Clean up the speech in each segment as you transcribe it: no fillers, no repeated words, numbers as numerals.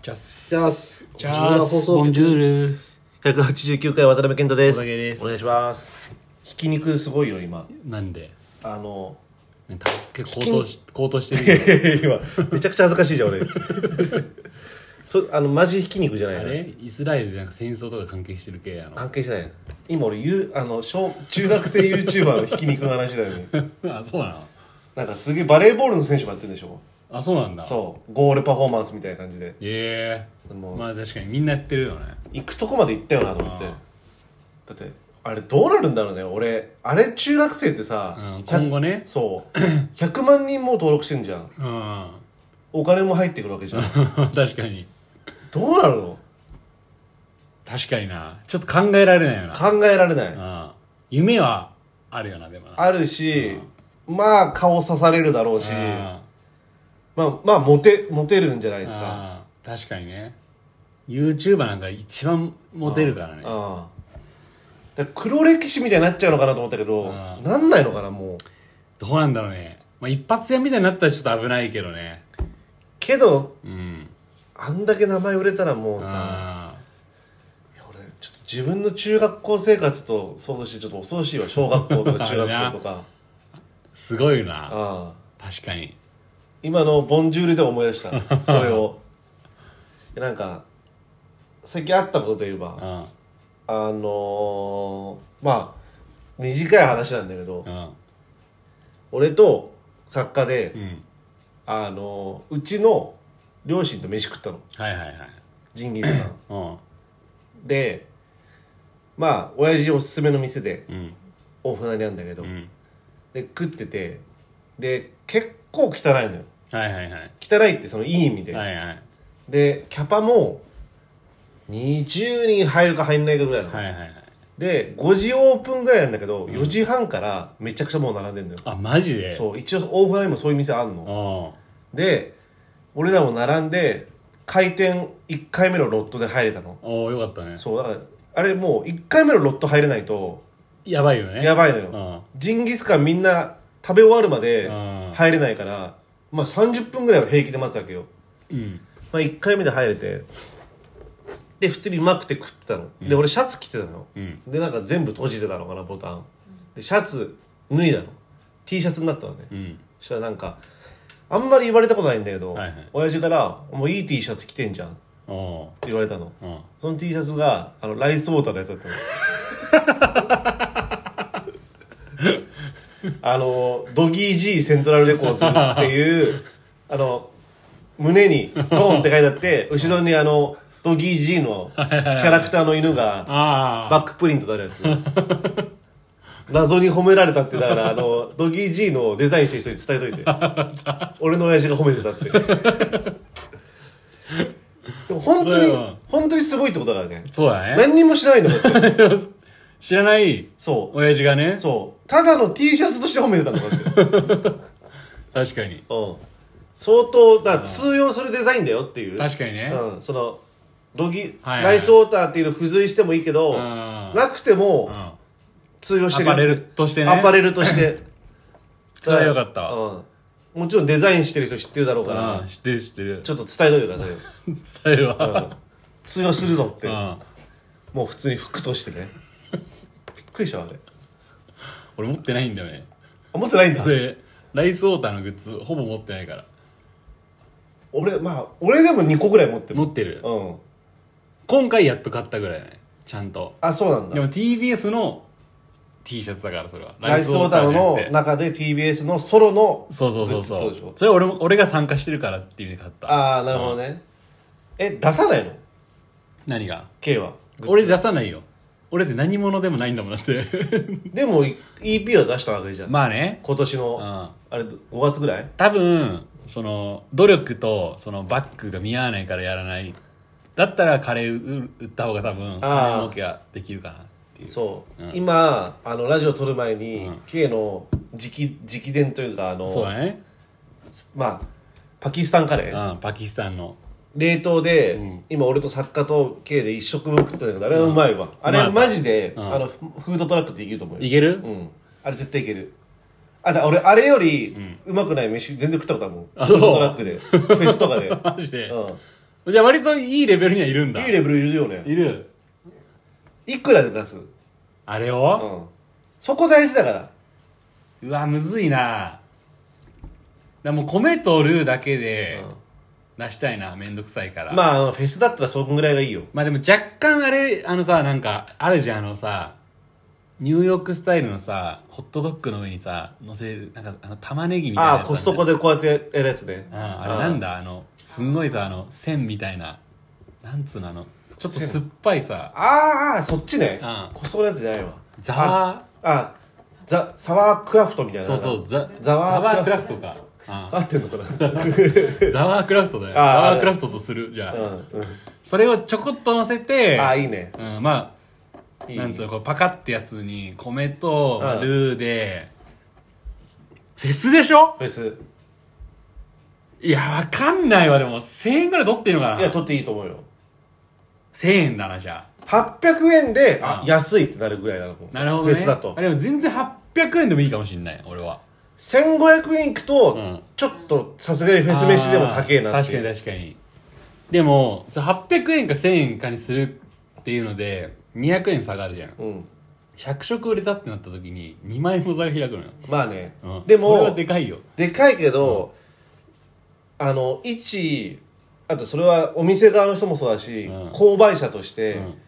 じゃあす。 じゃあす。 じゃあす。ボンジュール。 189回渡辺健太です。 小竹ですお願いします。ひき肉すごいよ今。 なんで？ ね、結構高騰してるよ。 今めちゃくちゃ恥ずかしいじゃん俺。マジひき肉じゃないの。 あれイスラエルでなんか戦争とか関係してる系やの。 関係してない。今俺中学生 YouTuber のひき肉の話だよね。 あ、そうなの？ なんかすげえバレーボールの選手もやってるんでしょ。 あ、そうなんだ。 そうゴールパフォーマンスみたいな感じで。 まあ確かにみんなやってるよね。 行くとこまで行ったよなと思って。だってあれどうなるんだろうね。俺あれ中学生ってさ、 今後ね。 そう100万人も登録してんじゃん。お金も入ってくるわけじゃん。 確かに。 どうなるの？ 確かにな。ちょっと考えられないよな。 考えられない。 夢はあるよな。でもなあるし、まあ顔刺されるだろうし、まあモテるんじゃないですか。 確かにね。 YouTuber なんか一番モテるからね。 だから黒歴史みたいになっちゃうのかなと思ったけど、なんないのかな。もうどうなんだろうね。まあ、一発屋みたいになったらちょっと危ないけどね。 けど、あんだけ名前売れたらもうさ、俺ちょっと自分の中学校生活と想像してちょっと恐ろしいわ。小学校とか中学校とかすごいな。確かに今のボンジュールで思い出したそれを。なんか最近あったことで言えば、まあ短い話なんだけど、俺と作家で、うちの両親と飯食ったの。ジンギスカンで、まあ親父おすすめの店で、大船にあるんだけど、で食ってて、で結構汚いのよ。汚いってそのいい意味で、でキャパも20人入るか入んないかぐらいなの。で5時オープンぐらいなんだけど、4時半からめちゃくちゃもう並んでんのよ。 あ、マジで？ そう、一応大船にもそういう店あんの。で俺らも並んで開店1回目のロットで入れたの。 よかったね。 そうだからあれもう1回目のロット入れないとやばいよね。 やばいのよ。ジンギスカンみんな食べ終わるまで入れないから、まあ30分ぐらいは平気で待つわけよ。まあ1回目で入れて、で普通にうまくて食ってたの。で俺シャツ着てたの。でなんか全部閉じてたのかな、ボタンで。シャツ脱いだの。 T シャツになったのね。そしたらなんかあんまり言われたことないんだけど、親父から「もういい T シャツ着てんじゃん」って言われたの。その T シャツがライスウォーターのやつだったの。ドギー G セントラルレコーズっていう胸にドーンって書いてあって後ろにドギー G のキャラクターの犬がバックプリントであるやつ。謎に褒められたって。だからドギー G のデザインしてる人に伝えといて。俺の親父が褒めてたって。でも本当にすごいってことだからね。 そうだね。 何にもしないのだって。 知らない親父がね。 そうただの T シャツとして褒めてたのかって。 確かに。 相当だ通用するデザインだよっていう。 確かにね。 そのライスウォーターっていうの付随してもいいけど、なくても通用してる。 アパレルとしてね。 アパレルとして。 それはよかった。 もちろんデザインしてる人知ってるだろうから。 知ってる。 ちょっと伝えといてくださいよ。 伝えるわ。 通用するぞって。もう普通に服としてね。びっくりしたあれ。 俺持ってないんだよね。 持ってないんだ。 でライスウォーターのグッズほぼ持ってないから。 俺でも2個ぐらい持ってる。 持ってる。今回やっと買ったぐらいだね。ちゃんと。 あ、そうなんだ。 でも TBS の T シャツだから。それはライスウォーターの中で TBS のソロのそうそれ俺が参加してるからっていう意味で買った。 ああ、なるほどね。出さないの？ 何が？ K は俺出さないよ。俺って何者でもないんだもんだってでも EP は出したわけじゃん。 まあね。 今年のあれ5月ぐらい。 多分その努力とそのバックが見合わないからやらない。だったらカレー売った方が多分金儲けができるかなっていう。 そう、今ラジオ撮る前に、K の直伝というかそうだね。 まあパキスタンカレー、 パキスタンの冷凍で、今俺と作家と K で1食分食ったんだけど、あれはうまいわ。あれマジで、フードトラックっていけると思うよ。 いける？ あれ絶対いける。俺あれよりうまくない飯全然食ったことあるもん。フードトラックでフェスとかで。 マジで。 じゃあ割といいレベルにはいるんだ。 いいレベルいるよね。 いる。 いくらで出す？ あれを、 そこ大事だから。 うわ、むずいな。だもう米とルーだけで出したいな、めんどくさいから。 まあ、フェスだったらそんぐらいがいいよ。 まあでも若干あれ、さ、なんか、あるじゃん、ニューヨークスタイルのさ、ホットドッグの上にさ、乗せる、なんか玉ねぎみたいなやつ。 コストコでこうやってやるやつね。 あれなんだ、すんごいさ、線みたいな、なんつうの、ちょっと酸っぱいさ。 そっちね。コストコのやつじゃないわ。 サワークラフトみたいな。 そうそう、ザワークラフトか。 合ってんのかな。 ザワークラフトだよ。ザワークラフトとする。じゃあ。それをちょこっと乗せて、 いいね。 まあ、なんつうの、こうパカってやつに米とルーで、フェスでしょ？ フェス。 いや、わかんないわ。でも、1000円くらい取っていいのかな？ いや、取っていいと思うよ。 1000円だな、じゃあ。800円で、安いってなるぐらいだろ。 なるほどね。 フェスだと。 でも全然800円でもいいかもしんない、俺は。 1500円いくと、ちょっとさすがにフェス飯でも高えなっていう。 確かに確かに。でも、800円か1000円かにするっていうので、200円下がるじゃん。100食売れたってなった時に、2万円も差が開くのよ。 まあね。 でも、それはでかいよ。 でかいけど、あとそれはお店側の人もそうだし、購買者として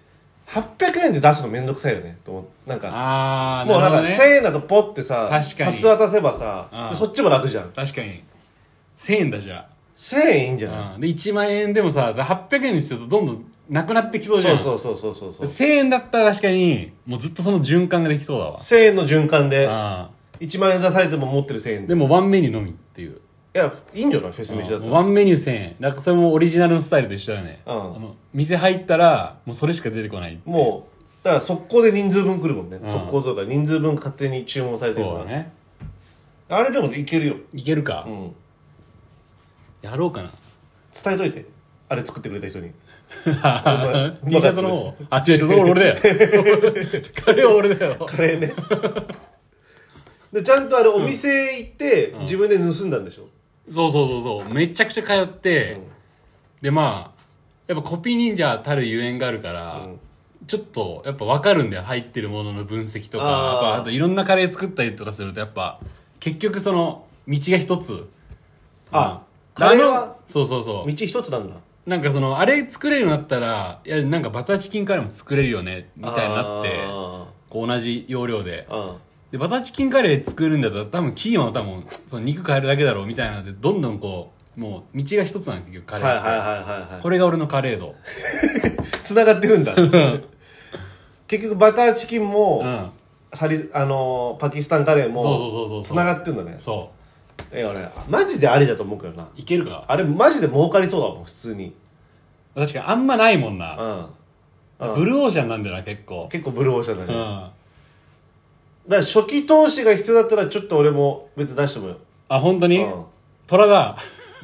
、800円で出すのめんどくさいよね。なんか、もうなんか1000円だとポッてさ、札渡せばさ、そっちも楽じゃん。 確かに。1000円だじゃあ。 1000円いいんじゃない？ で、1万円でもさ、800円にするとどんどんなくなってきそうじゃん。 そう。 1000円だったら確かに、もうずっとその循環ができそうだわ。 1000円の循環で、1万円出されても持ってる1000円でもワンメニューのみっていう。 いや、いいんじゃない？フェス飯だったら。 ワンメニュー1000円。だからそれもオリジナルのスタイルと一緒だよね。店入ったら、もうそれしか出てこない。 もう、だから速攻で人数分来るもんね。速攻とか人数分勝手に注文されてるから。そうだね。あれでもいけるよ。 いけるか。やろうかな。 伝えといて。あれ作ってくれた人に。 T シャツの方。違う、それ俺だよ。カレーは俺だよ。 カレーね。でちゃんとお店行って、自分で盗んだんでしょ？ そう。めちゃくちゃ通って、でまあ、やっぱコピー忍者たるゆえんがあるから、ちょっとやっぱ分かるんだよ。入ってるものの分析とか、あといろんなカレー作ったりとかするとやっぱ、結局その道が一つ。 カレーはそう道一つなんだ。 なんかあれ作れるようになったら、いやなんかバターチキンカレーも作れるよねみたいになって、こう同じ要領で。でバターチキンカレー作るんだったら多分キーマンは多分その肉変えるだけだろうみたいなのでどんどんこうもう道が一つなんだ結局カレーって。これが俺のカレー度。 繋がってるんだ。結局バターチキンも、パキスタンカレーも繋がってんだね。 そう。 俺マジでありだと思うけどな。 いけるか？ あれマジで儲かりそうだもん普通に。 確かにあんまないもんな。ブルーオーシャンなんだよな結構ブルーオーシャンだね。だから初期投資が必要だったらちょっと俺も別に出してもよ。 本当に？虎だ。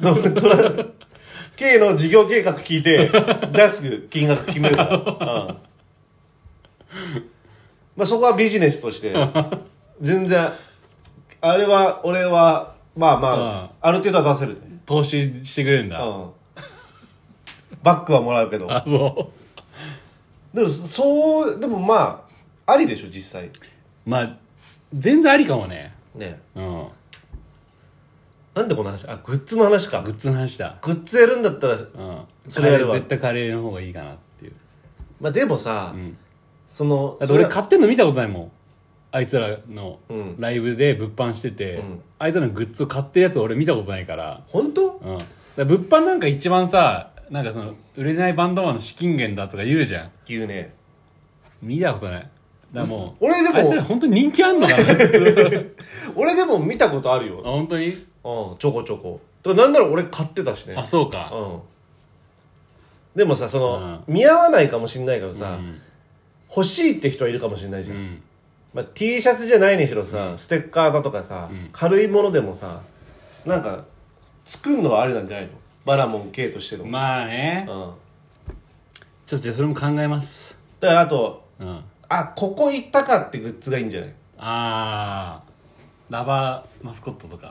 K の事業計画聞いて出す金額決めるから。まあそこはビジネスとして全然俺はまあ、ある程度は出せる、ね。 投資してくれるんだ。 バックはもらうけど。 そう。 でもまあ、ありでしょ、実際。 まあ、全然ありかもね。 ね。なんでこの話？グッズの話か。 グッズの話だ。 グッズやるんだったら、 それやるわ。絶対カレーの方がいいかなっていう。 まあでもさ、 だって俺買ってんの見たことないもん。あいつらのライブで物販してて、あいつらのグッズを買ってるやつ俺見たことないから。 本当？ だ物販なんか一番さ、なんか売れないバンドマンの資金源だとか言うじゃん。 言うね。 見たことない。だからもう、 俺でもあいつら本当に人気あんのかな俺でも見たことあるよ。 本当に？ ちょこちょこ。なんなら俺買ってたしね。 そうか。 でもさ、見合わないかもしんないけどさ、欲しいって人はいるかもしんないじゃん。まあ、T シャツじゃないにしろさ、ステッカーだとかさ、軽いものでもさ、なんか作るのはあれなんじゃないの？バラモン K としての。 まあね。ちょっとじゃあそれも考えます。 だからあと、ここ行ったかってグッズがいいんじゃない？ ラバーマスコットとか。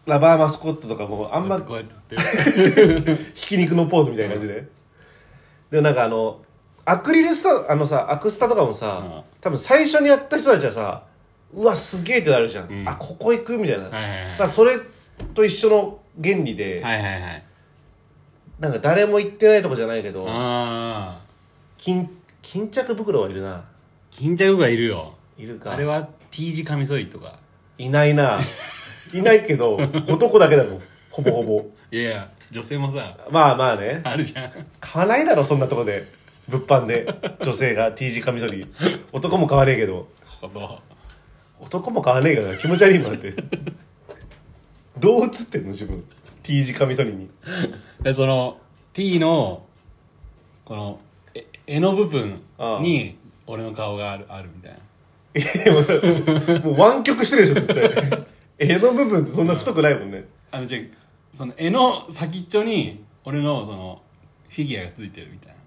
ラバーマスコットとかもあんまこうやってひき肉のポーズみたいな感じで、でなんかアクリルスタさアクスタとかもさ、多分最初にやった人たちはさうわすげえってなるじゃん、あここ行くみたいな、だからそれと一緒の原理で、なんか誰も行ってないとこじゃないけど、巾着袋はいるな。 巾着袋はいるよ。 いるか。 あれは T 字カミソリとかいないないないけど男だけだもんほぼほぼ。 いや女性もさまあまあねあるじゃん。 買わないだろそんなとこで物販で女性が T 字カミソリ。男も買わねえけど。男も買わねえから気持ち悪いもんだってどう映ってんの自分 T 字カミソリに。 その T のこの柄の部分に俺の顔があるみたいな。 もう湾曲してるでしょ絶対柄の部分ってそんな太くないもんね。 じゃその柄の先っちょに俺のそのフィギュアがついてるみたいな。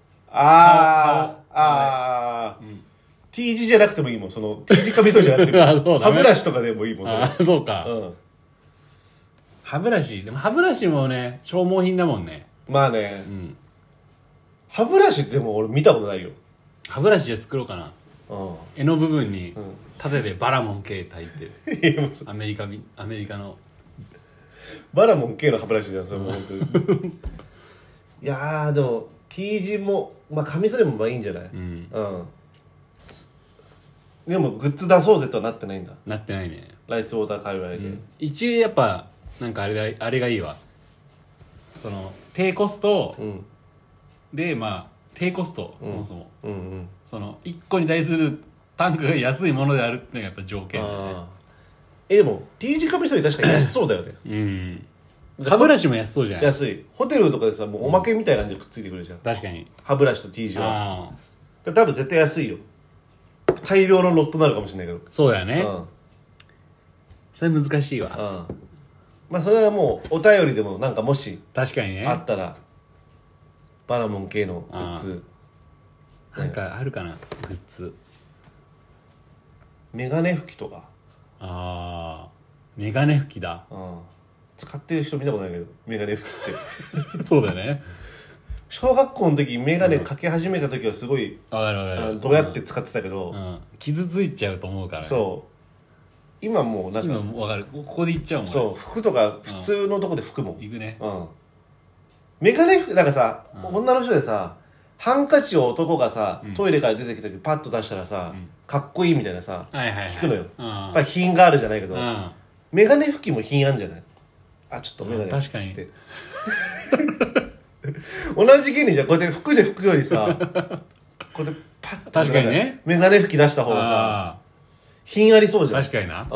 T 字じゃなくてもいいもん。その T 字カミソリじゃなくても歯ブラシとかでもいいもん。 そうか、歯ブラシでも歯ブラシもね消耗品だもんね。 まあね、歯ブラシでも俺見たことないよ。 歯ブラシで作ろうかな。柄の部分に縦でバラモン系炊いてるアメリカのバラモン系の歯ブラシじゃんそれも本当にいやでも T 字もまあカミソリもまあいいんじゃない。でもグッズ出そうぜとはなってないんだ。 なってないねライスウォーター界隈で、 一応やっぱなんかあれがいいわ。その低コスト、でまあ低コストそもそも、その1個に対する単価が安いものであるっていうのがやっぱ条件だよね。 でも T 字カミソリ確かに安そうだよね歯ブラシも安そうじゃない。 安い。ホテルとかでさもうおまけみたいな感じでくっついてくるじゃん。 確かに歯ブラシと T 字は多分絶対安いよ。大量のロットになるかもしれないけど。 そうだよね、それ難しいわ。 まあそれはもうお便りでもなんかもし確かにねあったらバラモン系のグッズなんかあるかな。グッズメガネ拭きとか。 メガネ拭きだ。 使ってる人見たことないけどメガネ拭きってそうだよね。 小学校の時メガネかけ始めた時はすごいわかるどうやって使ってたけど、 傷ついちゃうと思うからね。 そう今もうなんか今分かる。ここでいっちゃうもん。 そう服とか普通のとこで拭くもん。 いくね。 メガネ拭くなんかさ、女の人でさハンカチを男がさ、トイレから出てきた時パッと出したらさ、かっこいいみたいなさ、聞くのよ。やっぱり品があるじゃないけど、メガネ拭きも品あるんじゃない。ちょっとメガネ確かに同じ原理じゃん。こうやって服で拭くよりさこうやってパッと確かにねメガネ拭き出した方がさ品ありそうじゃん。 確かにな。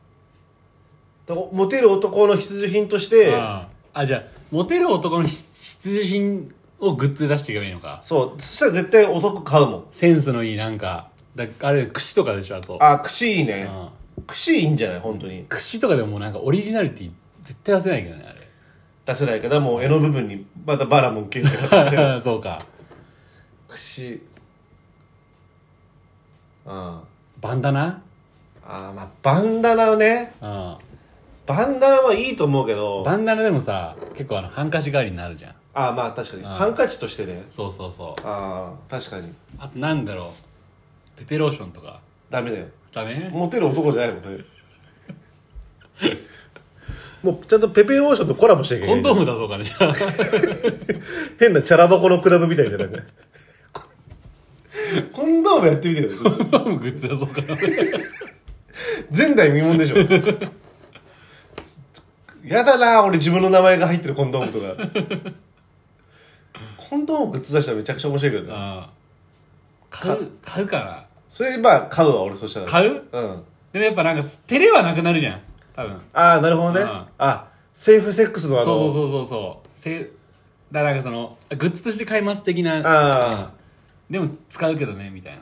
モテる男の必需品としてじゃあモテる男の必需品をグッズで出していけばいいのか。 そうそしたら絶対お得買うもん。 センスのいいなんかあれ櫛とかでしょ。あと櫛いいね。櫛いいんじゃない本当に。 櫛とかでもなんかオリジナリティ絶対出せないけどね。あれ出せないけどもう柄の部分にまたバラモン系って形でそうか。 櫛バンダナまあバンダナね。バンダナはいいと思うけどバンダナでもさ結構ハンカチ代わりになるじゃん。 まあ確かにハンカチとしてね。 そう確かに。 あとなんだろうペペローションとかダメだよ。 ダメ。 モテる男じゃないもんねもうちゃんとペペローションとコラボしていけない。 コンドーム出そうかねじゃあ変なチャラ箱のクラブみたいじゃないコンドームやってみてよ。 コンドームグッズ出そうかな前代未聞でしょやだな俺自分の名前が入ってるコンドームとかコンドームグッズ出したらめちゃくちゃ面白いけどね。 買うかな。 それまあ買うわ俺。そしたら買う。でもやっぱなんか照れはなくなるじゃん多分。 なるほどね。セーフセックスのそうだからなんかそのグッズとして買います的な。でも使うけどねみたいな。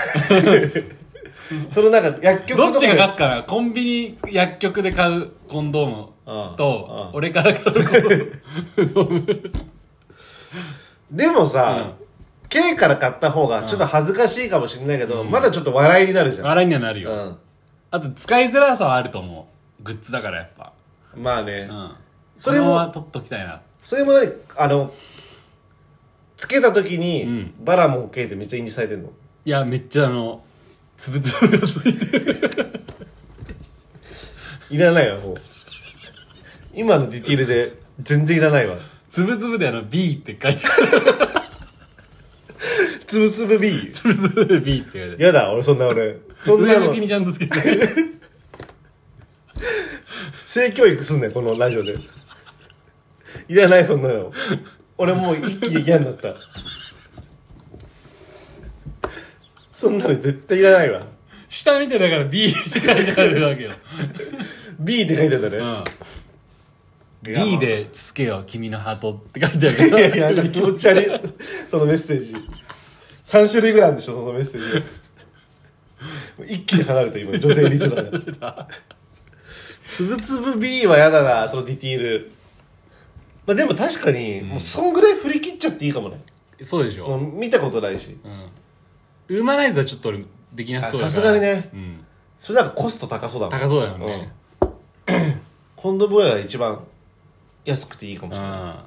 そのなんか薬局とかどっちが勝つかな。コンビニ薬局で買うコンドームと俺から買うコンドームでもさ、K から買った方がちょっと恥ずかしいかもしれないけど、まだちょっと笑いになるじゃん。 笑いにはなるよ。あと使いづらさはあると思う。グッズだからやっぱまあね、 それも取っときたいな。 それもつけた時に、バラモン K ってめっちゃ印字されてんの？ いや、めっちゃつぶつぶがついてる。 いらないわ、もう。今のディティールで全然いらないわ。 つぶつぶでB って書いてある。 つぶつぶ B。 つぶつぶで B って書いてある。 やだ、俺そんなの。 上向きにちゃんとつけて。 性教育すんねん、このラジオで。いらない、そんなの。俺もう一気に嫌になった。そんなの絶対いらないわ。 下見てだから B って書いてあるわけよ。 B って書いてあるんだね。 B でつけよ君のハートって書いてあるけど。 いや気持ち悪い。そのメッセージ。3種類ぐらいあるんでしょ、そのメッセージ。一気に離れた、今、女性リスナーが。つぶつぶ B はやだな、そのディティール。まあでも確かに、もうそんぐらい振り切っちゃっていいかもね。 そうでしょ。 もう見たことないし。 ウーマナイズはちょっと俺できなそうだから。 さすがにね。それなんかコスト高そうだもん。 高そうだよね。 コンドボヤが一番安くていいかもしれない。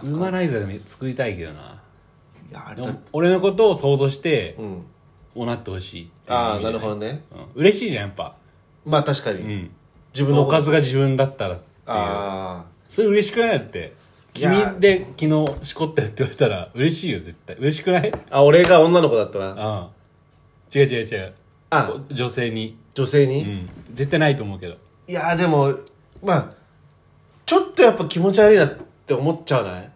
ウーマナイズは作りたいけどな。 いや、あれ俺のことを想像して、なってほしい。 ああ、なるほどね。 嬉しいじゃん、やっぱ。 まあ確かに。 自分のおかずが自分だったらっていう。 ああ。 それ嬉しくないだって。君で昨日しこったよって言われたら嬉しいよ、絶対。嬉しくない？ あ、俺が女の子だったら。 違う。女性に。 女性に？ 絶対ないと思うけど。 いやでも、まあ、ちょっとやっぱ気持ち悪いなって思っちゃわない？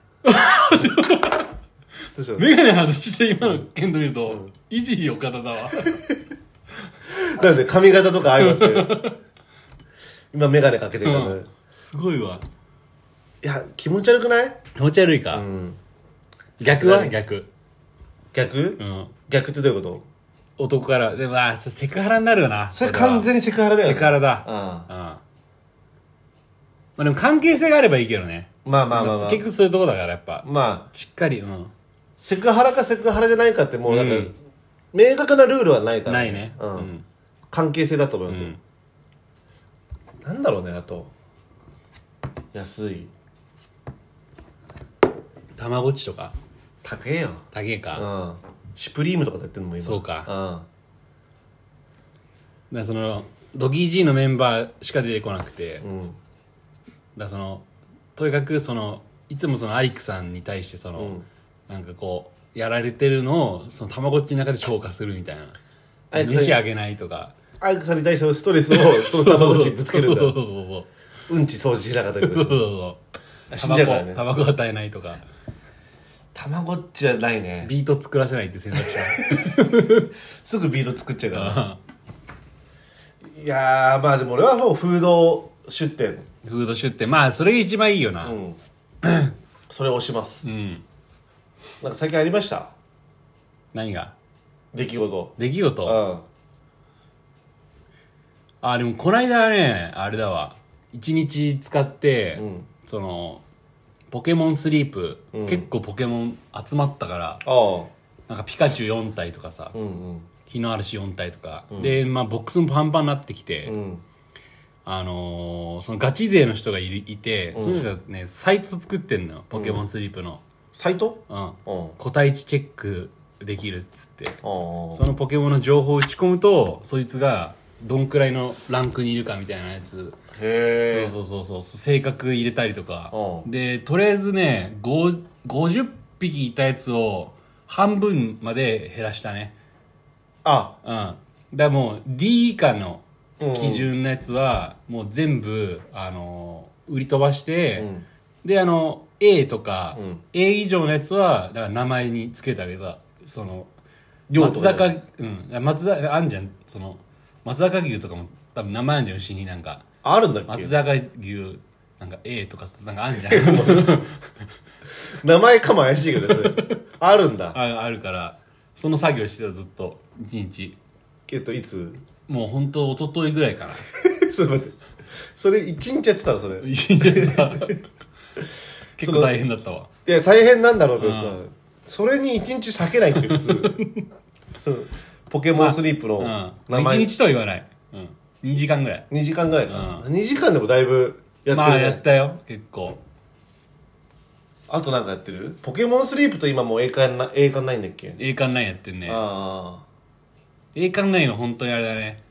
メガネ外して今の剣道見ると、いじり岡田だわ。 なんで髪型とかああいうのって。今メガネかけてるからね。 すごいわ。 いや、気持ち悪くない？ 気持ち悪いか。逆は逆。 逆？逆ってどういうこと？ 男から。でも、セクハラになるよな。 それ完全にセクハラだよね。 セクハラだ。まあでも関係性があればいいけどね。 まあ。 結局そういうとこだからやっぱ。 まあ。 しっかり、 セクハラかセクハラじゃないかってもうなんか、明確なルールはないから。 ないね。 関係性だと思いますよ。なんだろうね、あと。安い。 たまごっちとか。 高えよ。 高えか。 シュプリームとかでやってんのも今。 そうか。だそのドギー G のメンバーしか出てこなくて、だとにかくいつもアイクさんに対してなんかこうやられてるのをたまごっちの中で消化するみたいな。飯あげないとか。 アイクさんに対してのストレスをそのたまごっちにぶつけるんだ。うんち掃除しなかったけど。死んじゃうからね。 タバコ与えないとか。 たまごっちじゃないね。 ビート作らせないって選択肢すぐビート作っちゃうから。いやー、まあでも俺はもうフード出店。 フード出店。まあそれが一番いいよな。 それ押します。なんか最近ありました？ 何が？ 出来事。 でもこないだね、あれだわ。1日使って、ポケモンスリープ、結構ポケモン集まったから、なんかピカチュウ4体とかさ、日の嵐4体とか、で、まあボックスもパンパンになってきて、そのガチ勢の人がいて、その人がね、サイト作ってんのよ、ポケモンスリープの。 サイト？ 個体値チェックできるっつって、そのポケモンの情報を打ち込むと、そいつがどんくらいのランクにいるかみたいなやつ。そう性格入れたりとかで、とりあえずね50匹いたやつを半分まで減らしたね。だからもう D 以下の基準のやつはもう全部売り飛ばして、でA とか、A 以上のやつはだから名前につけてあげた松坂あんじゃん松坂牛とかも多分名前あんじゃん、牛になんかあるんだっけ？ 松坂牛なんか A とかなんかあんじゃん。 名前かも怪しいけどそれあるんだ。 あるからその作業してたずっと1日。 いつ？ もう本当一昨日ぐらいかな。 ちょっと待って、それ1日やってたの？それ 1日やってた。結構大変だったわ。 いや大変なんだろうけどさ、それに1日避けないって普通。そうポケモンスリープの名前、1日とは言わない。 2時間ぐらい。 2時間ぐらいか、2時間でもだいぶやってるね。 まあやったよ結構。 あとなんかやってる？ポケモンスリープと今もう栄冠ないんだっけ？ 栄冠9やってんね。 ああ。 栄冠9は本当にあれだね。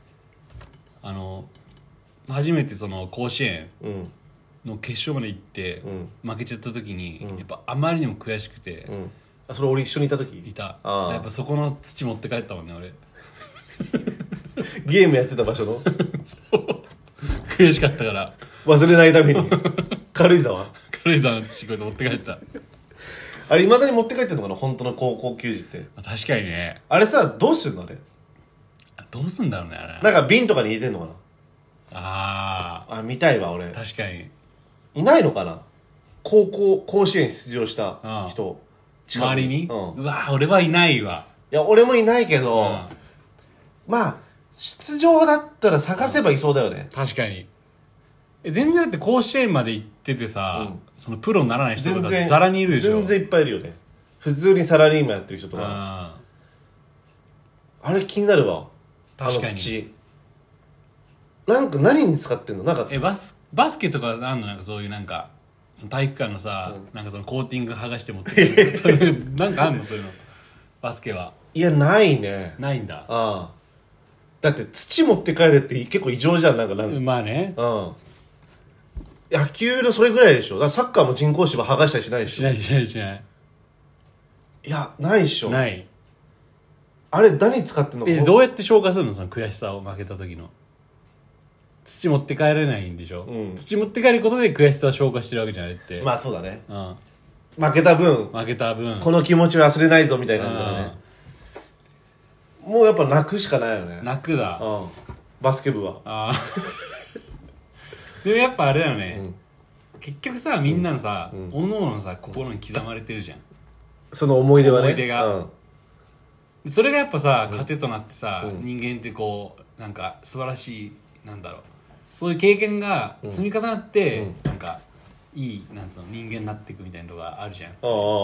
初めてその甲子園の決勝まで行って、負けちゃった時に、やっぱあまりにも悔しくて、 あ、それ俺一緒にいた時？ いた。やっぱそこの土持って帰ったもんね俺。 ゲームやってた場所の悔しかったから忘れないために軽井沢の土こうやって持って帰った。 あれ未だに持って帰ってんのかな、本当の高校球児って。 確かにね。 あれさ、どうしてんのあれ。 どうすんだろうねあれ。 なんか瓶とかに入れてんのかな。 あ見たいわ俺。 確かに。 いないのかな、甲子園出場した人周りに。うわ俺はいないわ。 いや俺もいないけど、まあ出場だったら探せばいそうだよね。 確かに。全然だって甲子園まで行っててさ、そのプロにならない人とかザラにいるでしょ。 全然いっぱいいるよね。普通にサラリーマンやってる人とか。あれ気になるわ。 確かに。 なんか何に使ってんの？なんかバスケとかあんの？なんかそういうなんかその体育館のさ、なんかそのコーティング剥がして持ってるそういうなんかあんのそういうの？バスケは。 いやないね。 ないんだ。 だって土持って帰るって結構異常じゃん。なんかまあね。 野球のそれぐらいでしょ。だからサッカーも人工芝剥がしたりしないでしょ。 しない。 いやないでしょ。 ない。 あれ何使ってんの？ どうやって消化するのその悔しさを負けた時の。土持って帰れないんでしょ、土持って帰ることで悔しさを消化してるわけじゃないって。 まあそうだね、負けた分この気持ちを忘れないぞみたいな感じだね。もうやっぱ泣くしかないよね。 泣くだ、 バスケ部は。 でもやっぱあれだよね、結局さみんなのさ、おのおのさ心に刻まれてるじゃん、その思い出はね。 思い出が、それがやっぱさ糧となってさ、人間ってこうなんか素晴らしい、なんだろう、そういう経験が積み重なって、なんかいいなんつうの人間になっていくみたいなのがあるじゃん。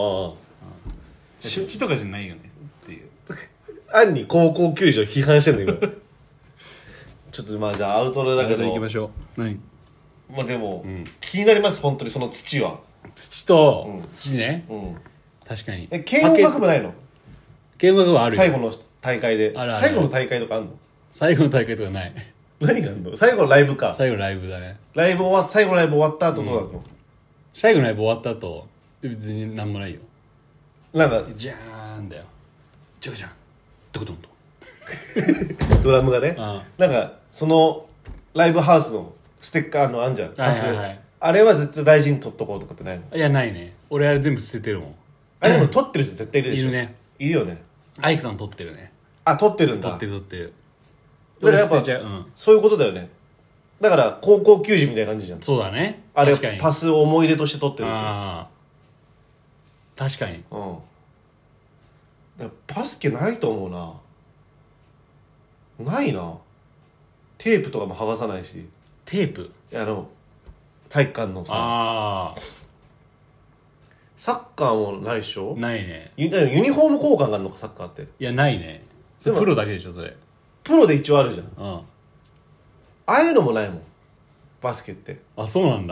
土とかじゃないよねっていう。 暗に高校球児を批判してんの今ちょっとまあじゃあアウトロだけど行きましょう。何？ まあでも、気になります本当にその土は。 土と、土ね、確かに。 軽音楽部ないの？ 軽音楽部あるよ。 最後の大会で。最後の大会とかあんの？ 最後の大会とかない。 何があんの？最後のライブか。 最後のライブだね。 最後のライブ終わった後どうなの？ 最後のライブ終わった後別に何もないよ。 なんかじゃーんだよ。じゃじゃんドコドンとドラムがね、なんかそのライブハウスのステッカーのあんじゃん、あれは絶対大事に取っとこうとかってないの？ いやないね。俺あれ全部捨ててるもん。 あれでも取ってる人絶対いるでしょ。 いるね。 いるよね。 アイクさん取ってるね。 取ってるんだ。 取ってる。 だからやっぱそういうことだよね。だから高校球児みたいな感じじゃん。 そうだね。 あれパスを思い出として取ってるって。 確かに。 バスケないと思うな。ないな。テープとかも剥がさないし。 テープ？ 体育館のさ。サッカーもないでしょ？ ないね。 ユニフォーム交換があるのかサッカーって。 いやないね。それプロだけでしょそれ。 プロで一応あるじゃん。ああいうのもないもんバスケって。 そうなんだ。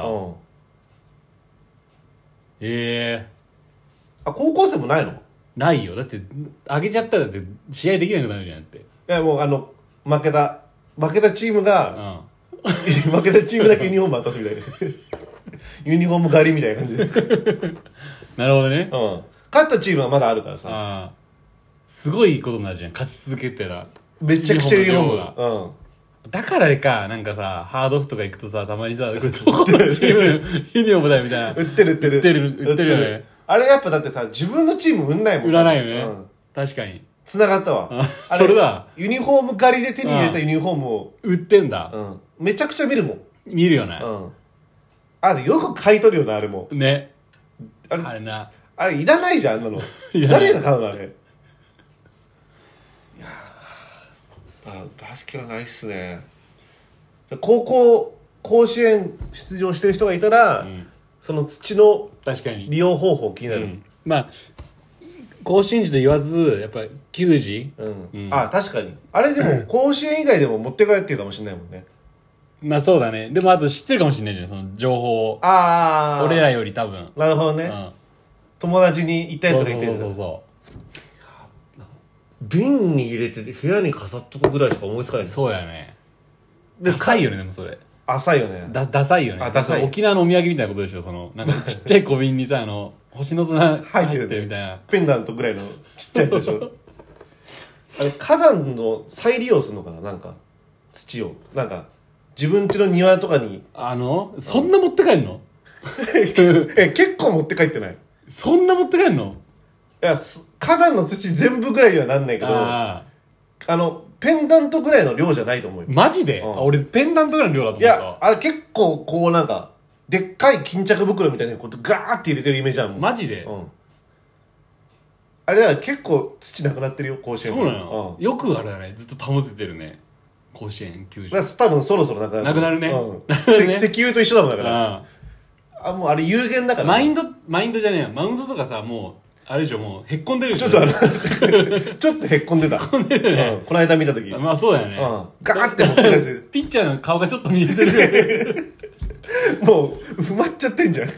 高校生もないの？ ないよ。だって上げちゃったらだって試合できなくなるじゃんって。いやもう負けたチームが、負けたチームだけユニフォーム渡すみたいなユニフォーム狩りみたいな感じでなるほどね。 勝ったチームはまだあるからさ。 すごいことになるじゃん勝ち続けたら。 めちゃくちゃユニフォームが。 だからあれか、なんかさハードオフとか行くとさたまにさどこのチームのユニフォームだよみたいな。売ってるよね。 あれやっぱだってさ自分のチーム売んないもん。 売らないよね。確かに。 繋がったわ。 それだ。 ユニフォーム狩りで手に入れたユニフォームを売ってんだ。 めちゃくちゃ見るもん。 見るよね。 よく買い取るよなあれも。 ね。 あれな。あれいらないじゃんあんなの。誰が買うのあれ。いやバスケはないっすね。甲子園出場してる人がいたら、その土の利用方法気になる。 まあ甲子園児と言わずやっぱ球児、 あ、確かにあれでも甲子園以外でも持って帰ってるかもしれないもんね。 まあそうだね。でもあと知ってるかもしれないじゃん、その情報を。ああ。俺らより多分。 なるほどね。友達に言ったやつがいてる。 そう瓶に入れて部屋に飾っとくぐらいしか思いつかない。 そうやね。ダサいよね、でもそれ。 浅いよね。 ダサいよね。ダサい。沖縄のお土産みたいなことでしょ、その、なんかちっちゃい小瓶にさ、星の砂入ってるみたいな。 ペンダントぐらいのちっちゃいやつでしょ。あれ、花壇の再利用するのかな、なんか、土を。なんか、自分家の庭とかに。 そんな持って帰んの結構持って帰ってない。 そんな持って帰んの？ いや、花壇の土全部ぐらいにはなんないけど、ペンダントぐらいの量じゃないと思うよ。 マジで？俺、ペンダントぐらいの量だと思った。 いや、あれ結構こうなんか、でっかい巾着袋みたいなことガーって入れてるイメージあるもん。 マジで？ あれだから結構土なくなってるよ、甲子園。 そうなの？よくあれだね、ずっと保ててるね。甲子園球場。 多分そろそろなくなるね。 石油と一緒だもんだから。もうあれ有限だから。 マインドじゃねえよ。マウンドとかさ、もう、あれでしょ、もう、へっこんでるでしょ。 ちょっとへっこんでた。 へっこんでるね。 この間見たとき。 まあそうだよね。 ガーって持ってかれてる。 ピッチャーの顔がちょっと見えてる。 もう、埋まっちゃってんじゃん。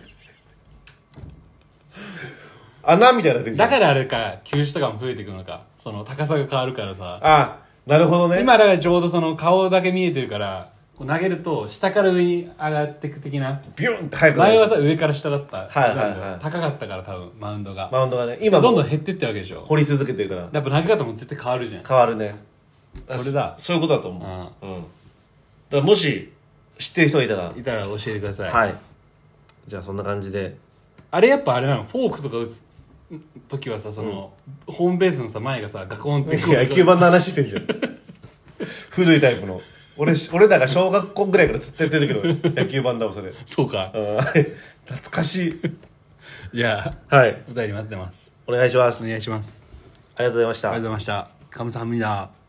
穴みたいなってだからあれか、球種とかも増えてくるのか。その、高さが変わるからさ。 あ、なるほどね。 今だからちょうどその顔だけ見えてるから、こう投げると下から上に上がっていく的な。 ビュンって速くなる。前はさ、上から下だった。 はい。 高かったから多分、マウンドが。 マウンドがね、今どんどん減ってってるわけでしょ。 掘り続けてるから。 やっぱ投げ方も絶対変わるじゃん。 変わるね。 それだ。 そういうことだと思う。だからもし、知ってる人がいたら。 いたら教えてください。 はい。じゃあそんな感じで。 あれやっぱあれなの、フォークとか打つ時はさ、その、ホームベースのさ、前がさ、ガコンって。 野球盤の話してんじゃん。古いタイプの。俺らが小学校ぐらいからずっとやってるけど、野球盤だもん、それ。 そうか。 懐かしい。 じゃあ、はい。 お便り待ってます。 お願いします。 お願いします。 ありがとうございました。 ありがとうございました。カムサハムニダ。